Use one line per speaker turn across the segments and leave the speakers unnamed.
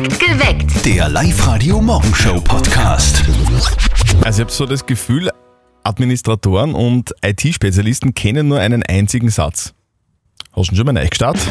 Geweckt.
Der Live-Radio-Morgenshow-Podcast.
Also ich habe so das Gefühl, Administratoren und IT-Spezialisten kennen nur einen einzigen Satz. Hast du schon mal gestartet?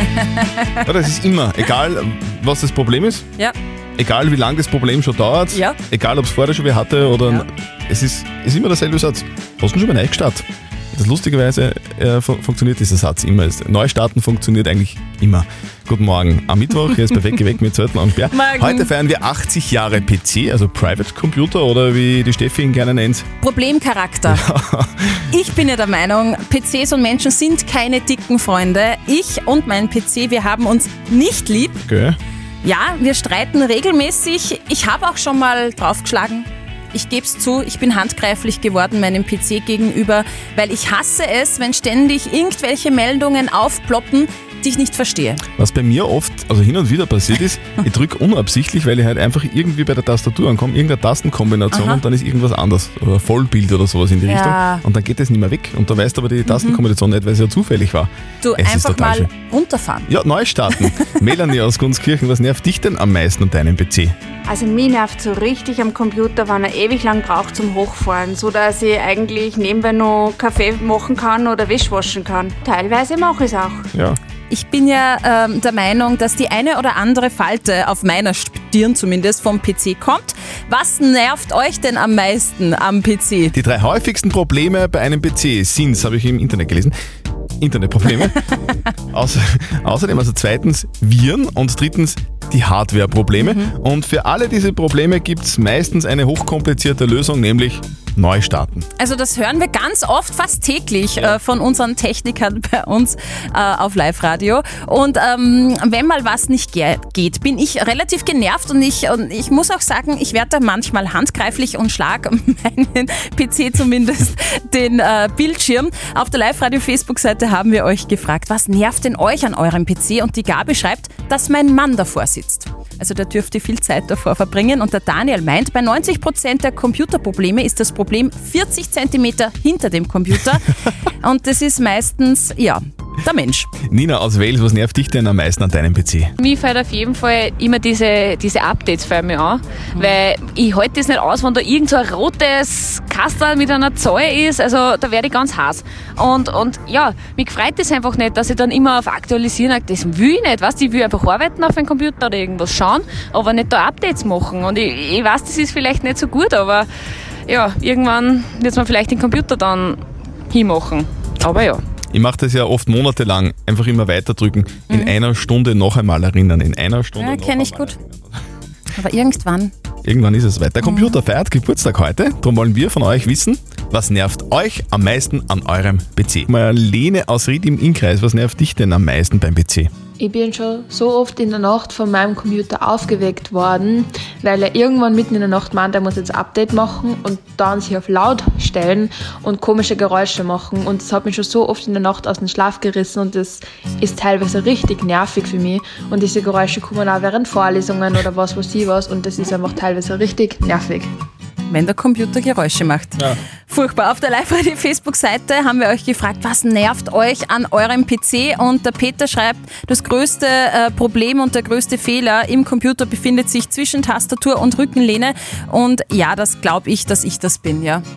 Ja, das ist immer, egal was das Problem ist,
Ja.
egal wie lange das Problem schon dauert,
Ja.
egal ob es vorher schon wer hatte oder
Ja.
es ist immer derselbe Satz. Hast du schon mal gestartet? Das lustigerweise funktioniert dieser Satz immer. Neustarten funktioniert eigentlich immer. Guten Morgen. Am Mittwoch, hier ist perfekt geweckt mit Zöttl und Sperr.
Morgen.
Heute feiern wir 80 Jahre PC, also Private Computer oder wie die Steffi ihn gerne nennt.
Problemcharakter. Ich bin ja der Meinung, PCs und Menschen sind keine dicken Freunde. Ich und mein PC, wir haben uns nicht lieb.
Okay.
Ja, wir streiten regelmäßig. Ich habe auch schon mal draufgeschlagen. Ich gebe es zu, ich bin handgreiflich geworden meinem PC gegenüber, weil ich hasse es, wenn ständig irgendwelche Meldungen aufploppen, die ich nicht verstehe.
Was bei mir oft, also hin und wieder passiert ist, ich drücke unabsichtlich, weil ich halt einfach irgendwie bei der Tastatur ankomme, irgendeine Tastenkombination
Aha.
und dann ist irgendwas anders. Oder Vollbild oder sowas in die
Ja.
Richtung. Und dann geht das nicht mehr weg. Und da weißt du aber die Tastenkombination nicht, weil es ja zufällig war.
Du,
Es ist
einfach
total
mal
schön.
runterfahren.
Ja, neu starten. Melanie aus Gunskirchen, was nervt dich denn am meisten an deinem PC?
Also mich nervt so richtig am Computer, wenn er ewig lang braucht zum Hochfahren, so dass ich eigentlich nebenbei noch Kaffee machen kann oder Wäsche waschen kann. Teilweise mache ich es auch.
Ja.
Ich bin ja der Meinung, dass die eine oder andere Falte auf meiner Stirn zumindest vom PC kommt. Was nervt euch denn am meisten am PC?
Die 3 häufigsten Probleme bei einem PC sind, das habe ich im Internet gelesen, Internetprobleme. Außerdem, also zweitens Viren und drittens die Hardware-Probleme. Und für alle diese Probleme gibt es meistens eine hochkomplizierte Lösung, nämlich Neustarten.
Also das hören wir ganz oft, fast täglich von unseren Technikern bei uns auf Live-Radio. Und wenn mal was nicht geht, bin ich relativ genervt und ich muss auch sagen, ich werde da manchmal handgreiflich und schlag meinen PC zumindest den Bildschirm. Auf der Live-Radio-Facebook-Seite haben wir euch gefragt, was nervt denn euch an eurem PC? Und die Gabi schreibt, dass mein Mann davor sitzt. Also der dürfte viel Zeit davor verbringen. Und der Daniel meint, bei 90% der Computerprobleme ist das Problem 40 cm hinter dem Computer. Und das ist meistens, ja, der Mensch.
Nina aus Wales, was nervt dich denn am meisten an deinem PC?
Mich fällt auf jeden Fall immer diese Updates fallen mir an, weil ich halte das nicht aus, wenn da irgend so ein rotes Kastel mit einer Zahl ist, also da werde ich ganz heiß. Und ja, mich freut das einfach nicht, dass ich dann immer auf Aktualisieren, das will ich nicht, weißt, ich will einfach arbeiten auf einem Computer oder irgendwas schauen, aber nicht da Updates machen. Und ich weiß, das ist vielleicht nicht so gut, aber ja, irgendwann wird man vielleicht den Computer dann hinmachen. Aber ja.
Ich mache das ja oft monatelang, einfach immer weiterdrücken, in einer Stunde noch einmal erinnern, in einer Stunde
Ja,
noch
kenn ich
einmal
gut.
erinnern.
Aber irgendwann.
Irgendwann ist es weit. Der Computer feiert Geburtstag heute, darum wollen wir von euch wissen, was nervt euch am meisten an eurem PC? Marlene aus Ried im Innkreis, was nervt dich denn am meisten beim PC?
Ich bin schon so oft in der Nacht von meinem Computer aufgeweckt worden, weil er irgendwann mitten in der Nacht meint, er muss jetzt ein Update machen und dann sich auf laut stellen und komische Geräusche machen. Und das hat mich schon so oft in der Nacht aus dem Schlaf gerissen und das ist teilweise richtig nervig für mich. Und diese Geräusche kommen auch während Vorlesungen oder was weiß ich was und das ist einfach teilweise richtig nervig.
Wenn der Computer Geräusche macht.
Ja.
Furchtbar. Auf der Live-Radio-Facebook-Seite haben wir euch gefragt, was nervt euch an eurem PC? Und der Peter schreibt, das größte Problem und der größte Fehler im Computer befindet sich zwischen Tastatur und Rückenlehne. Und ja, das glaube ich, dass ich das bin, ja.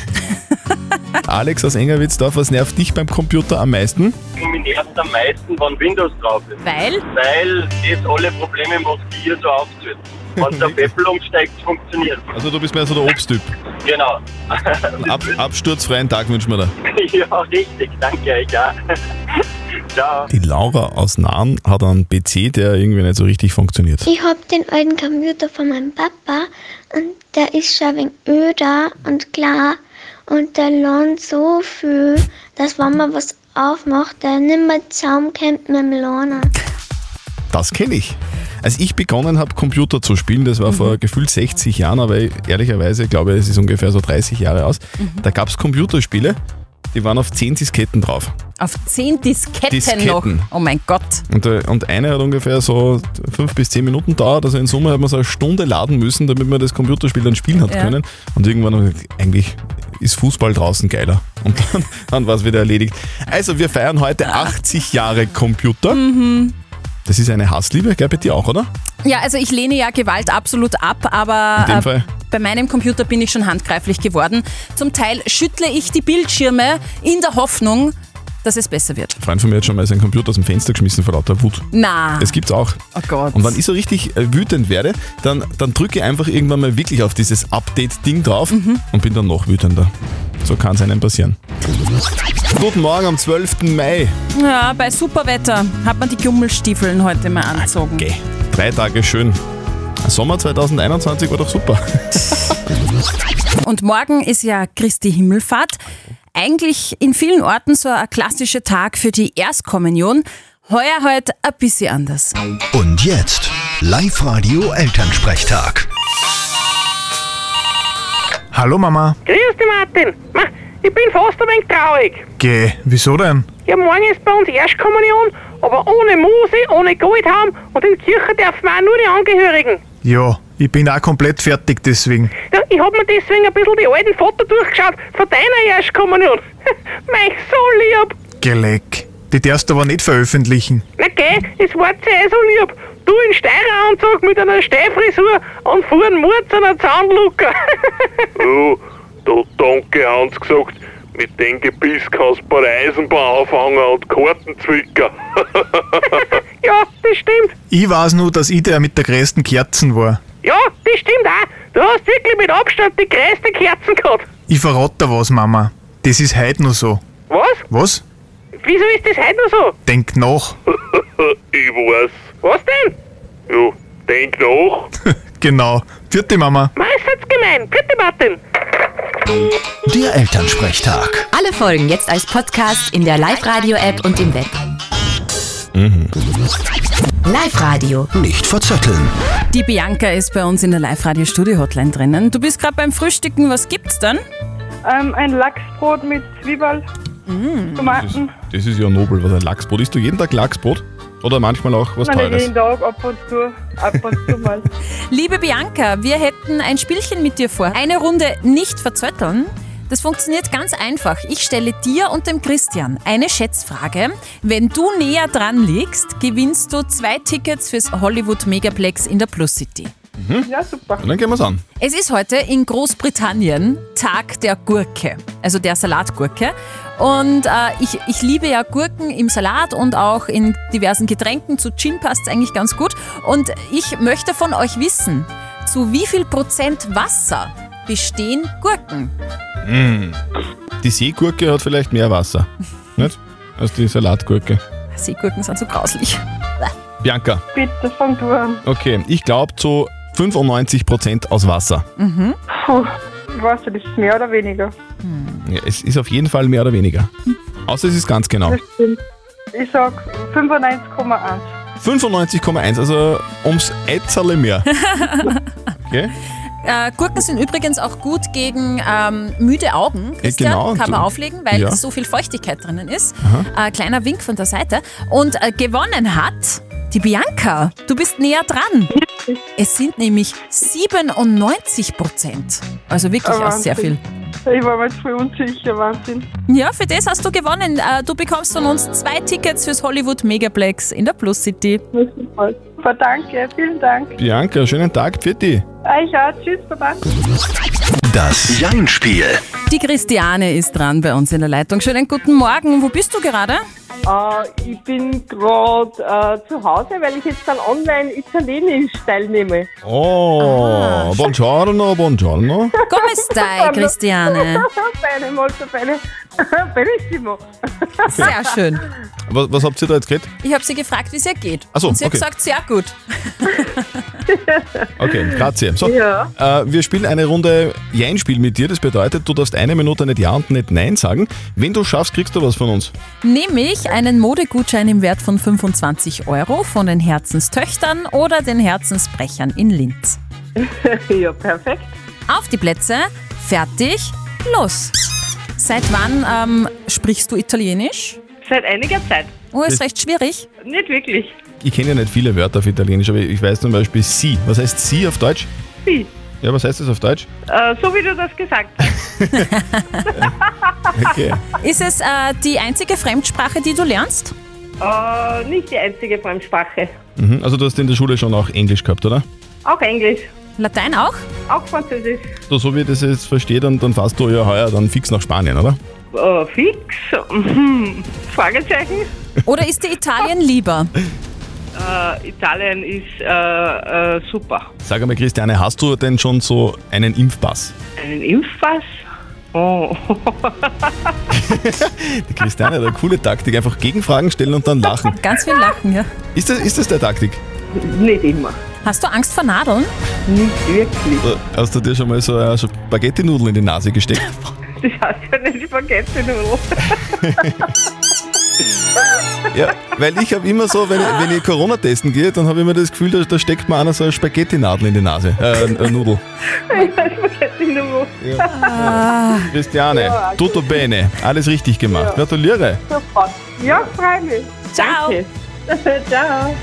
Alex aus Engerwitzdorf, was nervt dich beim Computer am meisten?
Mich nervt am meisten, wenn Windows drauf ist.
Weil?
Weil das alle Probleme macht, die hier so aufzählt. Wenn der Apple umsteigt, funktioniert.
Also du bist mehr so der Obsttyp.
Genau.
Absturzfreien Tag wünschen wir dir.
Ja, richtig. Danke euch auch. Ciao.
Die Laura aus Nahen hat einen PC, der irgendwie nicht so richtig funktioniert.
Ich hab den alten Computer von meinem Papa und der ist schon ein wenig öder und klar und der lohnt so viel, dass wenn man was aufmacht, der nicht mehr zusammenkommt mit dem Lohner.
Das kenne ich. Als ich begonnen habe, Computer zu spielen, das war vor gefühlt 60 Jahren, aber ehrlicherweise glaube ich, es ist ungefähr so 30 Jahre aus, da gab es Computerspiele, die waren auf 10 Disketten drauf.
Auf 10 Disketten
Disketten.
noch. Oh mein Gott.
Und eine hat ungefähr so 5 bis 10 Minuten gedauert, also in Summe hat man so eine Stunde laden müssen, damit man das Computerspiel dann spielen hat können. Und irgendwann habe ich gesagt, eigentlich ist Fußball draußen geiler. Und dann war es wieder erledigt. Also wir feiern heute 80 Jahre Computer. Das ist eine Hassliebe, gell, bei dir auch, oder?
Ja, also ich lehne ja Gewalt absolut ab, aber
In dem Fall?
bei meinem Computer bin ich schon handgreiflich geworden. Zum Teil schüttle ich die Bildschirme in der Hoffnung, dass es besser wird.
Ein Freund von mir hat schon mal seinen Computer aus dem Fenster geschmissen vor lauter Wut.
Na.
Das gibt's auch.
Oh Gott.
Und wenn ich so richtig wütend werde, dann drücke ich einfach irgendwann mal wirklich auf dieses Update-Ding drauf und bin dann noch wütender. So kann es einem passieren. Guten Morgen am 12. Mai.
Ja, bei Superwetter hat man die Gummelstiefeln heute mal angezogen.
Okay, 3 Tage schön. Sommer 2021 war doch super.
Und morgen ist ja Christi Himmelfahrt. Eigentlich in vielen Orten so ein klassischer Tag für die Erstkommunion. Heuer halt ein bisschen anders.
Und jetzt Live-Radio Elternsprechtag.
Hallo Mama.
Grüß dich, Martin. Ich bin fast ein wenig traurig.
Geh, wieso denn?
Ja, morgen ist bei uns Erstkommunion, aber ohne Mose, ohne Goldhaum und in die Kirche dürfen wir auch nur die Angehörigen.
Ja, ich bin auch komplett fertig deswegen.
Ja, ich hab mir deswegen ein bisschen die alten Fotos durchgeschaut von deiner Erstkommunion. Mein so lieb.
Geleck. Die darfst du aber nicht veröffentlichen.
Na geh, es war ja so lieb. Du in Steireranzug mit einer Steifrisur und vor dem Mord so einer Zahnluke.
Ja, da danke Hans gesagt, mit dem Gebiss kannst du bei der Eisenbahn aufhängen und Karten zwicken.
Ja, das stimmt.
Ich weiß nur, dass ich der mit der größten Kerzen war.
Ja, das stimmt auch. Du hast wirklich mit Abstand die größte Kerzen gehabt.
Ich verrate dir was, Mama. Das ist heute noch so.
Was?
Was?
Wieso ist das heute noch so?
Denk nach.
Ich weiß.
Was denn?
Ja, denk nach.
Genau. Vierte Mama.
Meistens gemein. Bitte, Martin.
Der Elternsprechtag.
Alle Folgen jetzt als Podcast in der Live-Radio-App und im Web. Live-Radio.
Nicht verzetteln.
Die Bianca ist bei uns in der Live-Radio-Studio-Hotline drinnen. Du bist gerade beim Frühstücken. Was gibt's dann?
Ein Lachsbrot mit Zwiebel, Tomaten.
Das ist ja nobel, was ein Lachsbrot. Isst du jeden Tag Lachsbrot? Oder manchmal auch was
Nein,
Teures?
jeden Tag, ab und zu mal.
Liebe Bianca, wir hätten ein Spielchen mit dir vor. Eine Runde nicht verzötteln. Das funktioniert ganz einfach. Ich stelle dir und dem Christian eine Schätzfrage. Wenn du näher dran liegst, gewinnst du 2 Tickets fürs Hollywood Megaplex in der Plus City.
Ja, super.
Und dann gehen wir's an.
Es ist heute in Großbritannien Tag der Gurke, also der Salatgurke. Und ich liebe ja Gurken im Salat und auch in diversen Getränken. Zu Gin passt es eigentlich ganz gut. Und ich möchte von euch wissen, zu wie viel Prozent Wasser bestehen Gurken?
Die Seegurke hat vielleicht mehr Wasser, nicht? Als die Salatgurke.
Seegurken sind so grauslich.
Bianca,
Bitte, fang du an.
okay, ich glaube zu 95% aus Wasser.
Puh, ich weiß nicht, ist es mehr oder weniger?
Ja, es ist auf jeden Fall mehr oder weniger. Außer es ist ganz genau.
Das stimmt. Ich sag 95,1.
95,1, also ums Ätzerle mehr. Okay?
Gurken sind übrigens auch gut gegen müde Augen, Christian,
genau.
kann man auflegen, weil
Ja.
so viel Feuchtigkeit drinnen ist. Kleiner Wink von der Seite. Und gewonnen hat die Bianca. Du bist näher dran. Es sind nämlich 97%. Also wirklich auch sehr viel.
Ich war mir jetzt voll unsicher, Wahnsinn.
Ja, für das hast du gewonnen. Du bekommst von uns 2 Tickets fürs Hollywood Megaplex in der Plus City.
Super, danke, vielen Dank.
Bianca, schönen Tag für dich.
Euch auch, tschüss, Baba.
Das Jein-Spiel.
Die Christiane ist dran bei uns in der Leitung. Schönen guten Morgen. Wo bist du gerade?
Ich bin gerade zu Hause, weil ich jetzt dann online Italienisch teilnehme.
Oh, buongiorno, buongiorno.
Come stai, Christiane?
Bene, molto bene. Benissimo.
Sehr schön.
Was habt ihr da jetzt geredet?
Ich habe sie gefragt, wie es ihr geht.
Ach so,
und sie
okay.
hat gesagt, sehr gut.
Okay, grazie. So,
Ja.
wir spielen eine Runde Jein-Spiel mit dir. Das bedeutet, du darfst 1 Minute nicht Ja und nicht Nein sagen. Wenn du schaffst, kriegst du was von uns.
Nämlich einen Modegutschein im Wert von 25 € von den Herzenstöchtern oder den Herzensbrechern in Linz.
Ja, perfekt.
Auf die Plätze, fertig, los. Seit wann sprichst du Italienisch?
Seit einiger Zeit.
Oh, ist recht schwierig.
Nicht wirklich.
Ich kenne ja nicht viele Wörter auf Italienisch, aber ich weiß zum Beispiel Sie. Was heißt Sie auf Deutsch?
Sie.
Ja, was heißt das auf Deutsch?
So wie du das gesagt hast.
Okay.
Ist es die einzige Fremdsprache, die du lernst?
Nicht die einzige Fremdsprache.
Also du hast in der Schule schon auch Englisch gehabt, oder?
Auch Englisch.
Latein auch?
Auch Französisch.
So wie ich das jetzt verstehe, dann fährst du ja heuer dann fix nach Spanien, oder?
Fix? Fragezeichen?
Oder ist dir Italien lieber?
Italien ist super.
Sag einmal, Christiane, hast du denn schon so einen Impfpass?
Einen Impfpass? Oh.
Die Christiane hat eine coole Taktik, einfach Gegenfragen stellen und dann lachen.
Ganz viel lachen, ja.
Ist das der Taktik?
Nicht immer.
Hast du Angst vor Nadeln?
Nicht wirklich.
Hast du dir schon mal so eine Spaghetti-Nudel in die Nase gesteckt?
Das heißt ja nicht Spaghetti-Nudel.
Ja, weil ich habe immer so, wenn ich Corona testen gehe, dann habe ich immer das Gefühl, da steckt mir einer so eine Spaghetti-Nadel in die Nase. Eine Nudel.
Spaghetti-Nudel.
Christiane, tutto bene. Alles richtig gemacht. Gratuliere.
Super. Ja, freue mich.
Ciao.
Danke. Ciao.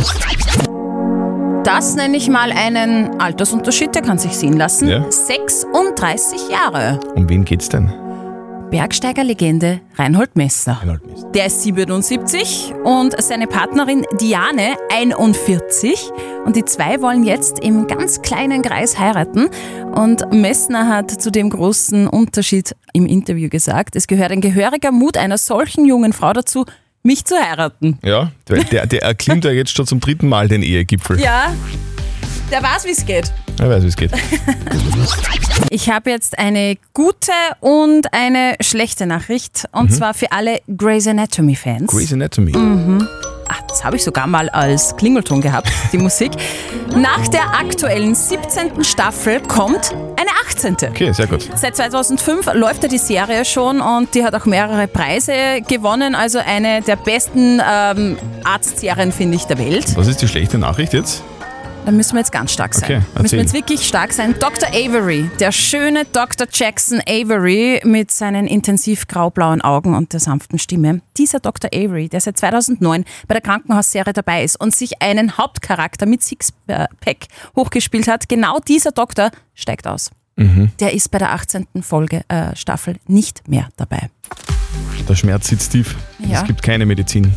Das nenne ich mal einen Altersunterschied, der kann sich sehen lassen.
Ja.
36 Jahre.
Um wen geht's denn?
Bergsteigerlegende Reinhold Messner. Der ist 77 und seine Partnerin Diane 41. Und die zwei wollen jetzt im ganz kleinen Kreis heiraten. Und Messner hat zu dem großen Unterschied im Interview gesagt, es gehört ein gehöriger Mut einer solchen jungen Frau dazu, mich zu heiraten.
Ja, der erklimmt ja jetzt schon zum 3. Mal den Ehegipfel.
Ja, der weiß, wie es geht.
Er weiß, wie es geht.
Ich habe jetzt eine gute und eine schlechte Nachricht. Und zwar für alle Grey's Anatomy-Fans.
Grey's Anatomy.
Das habe ich sogar mal als Klingelton gehabt, die Musik. Nach der aktuellen 17. Staffel kommt eine 18.
Okay, sehr gut.
Seit 2005 läuft ja die Serie schon und die hat auch mehrere Preise gewonnen. Also eine der besten Arztserien, finde ich, der Welt.
Was ist die schlechte Nachricht jetzt?
Da müssen wir jetzt ganz stark sein.
Okay,
müssen wir
erzähl.
jetzt wirklich stark sein. Dr. Avery, der schöne Dr. Jackson Avery mit seinen intensiv graublauen Augen und der sanften Stimme. Dieser Dr. Avery, der seit 2009 bei der Krankenhausserie dabei ist und sich einen Hauptcharakter mit Sixpack hochgespielt hat, genau dieser Doktor steigt aus. Der ist bei der 18. Staffel nicht mehr dabei.
Der Schmerz sitzt tief.
Ja.
Es gibt keine Medizin.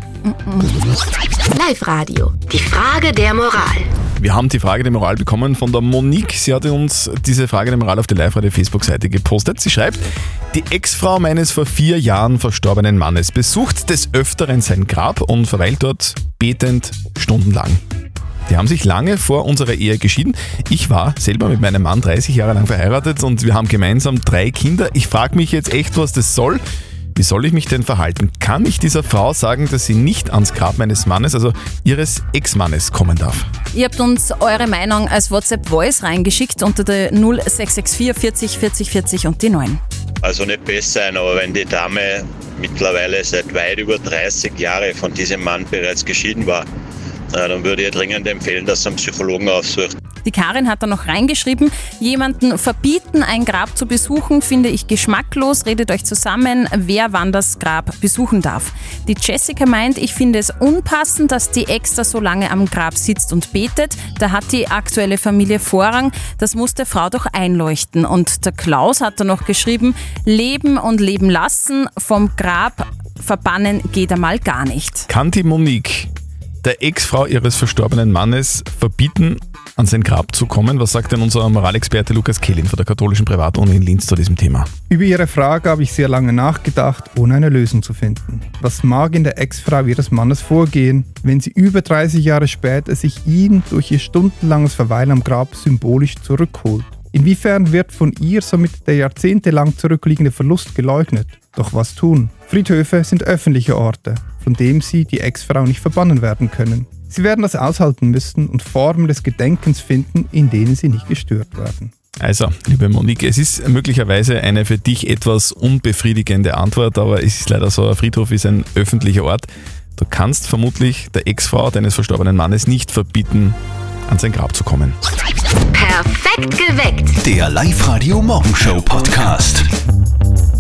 Live-Radio. Die Frage der Moral.
Wir haben die Frage der Moral bekommen von der Monique. Sie hatte uns diese Frage der Moral auf die Live-Radio-Facebook-Seite gepostet. Sie schreibt, die Ex-Frau meines vor 4 Jahren verstorbenen Mannes besucht des Öfteren sein Grab und verweilt dort betend stundenlang. Die haben sich lange vor unserer Ehe geschieden. Ich war selber mit meinem Mann 30 Jahre lang verheiratet und wir haben gemeinsam 3 Kinder. Ich frage mich jetzt echt, was das soll. Wie soll ich mich denn verhalten? Kann ich dieser Frau sagen, dass sie nicht ans Grab meines Mannes, also ihres Ex-Mannes, kommen darf?
Ihr habt uns eure Meinung als WhatsApp-Voice reingeschickt unter der 0664 40 40 40 und die 9.
Also nicht besser sein, aber wenn die Dame mittlerweile seit weit über 30 Jahren von diesem Mann bereits geschieden war, dann würde ich dringend empfehlen, dass sie einen Psychologen aufsucht.
Die Karin hat da noch reingeschrieben, jemanden verbieten, ein Grab zu besuchen, finde ich geschmacklos. Redet euch zusammen, wer wann das Grab besuchen darf. Die Jessica meint, ich finde es unpassend, dass die Ex da so lange am Grab sitzt und betet. Da hat die aktuelle Familie Vorrang. Das muss der Frau doch einleuchten. Und der Klaus hat da noch geschrieben, leben und leben lassen, vom Grab verbannen geht einmal gar nicht.
Kann die Monique der Ex-Frau ihres verstorbenen Mannes verbieten, an sein Grab zu kommen? Was sagt denn unser Moralexperte Lukas Kehlin von der katholischen Privatuni in Linz zu diesem Thema?
Über Ihre Frage habe ich sehr lange nachgedacht, ohne eine Lösung zu finden. Was mag in der Ex-Frau Ihres Mannes vorgehen, wenn sie über 30 Jahre später sich ihn durch ihr stundenlanges Verweilen am Grab symbolisch zurückholt? Inwiefern wird von ihr somit der jahrzehntelang zurückliegende Verlust geleugnet? Doch was tun? Friedhöfe sind öffentliche Orte, von denen sie die Ex-Frau nicht verbannen werden können. Sie werden das aushalten müssen und Formen des Gedenkens finden, in denen sie nicht gestört werden.
Also, liebe Monique, es ist möglicherweise eine für dich etwas unbefriedigende Antwort, aber es ist leider so, ein Friedhof ist ein öffentlicher Ort. Du kannst vermutlich der Ex-Frau deines verstorbenen Mannes nicht verbieten, an sein Grab zu kommen.
Perfekt geweckt.
Der Live-Radio Morgenshow Podcast.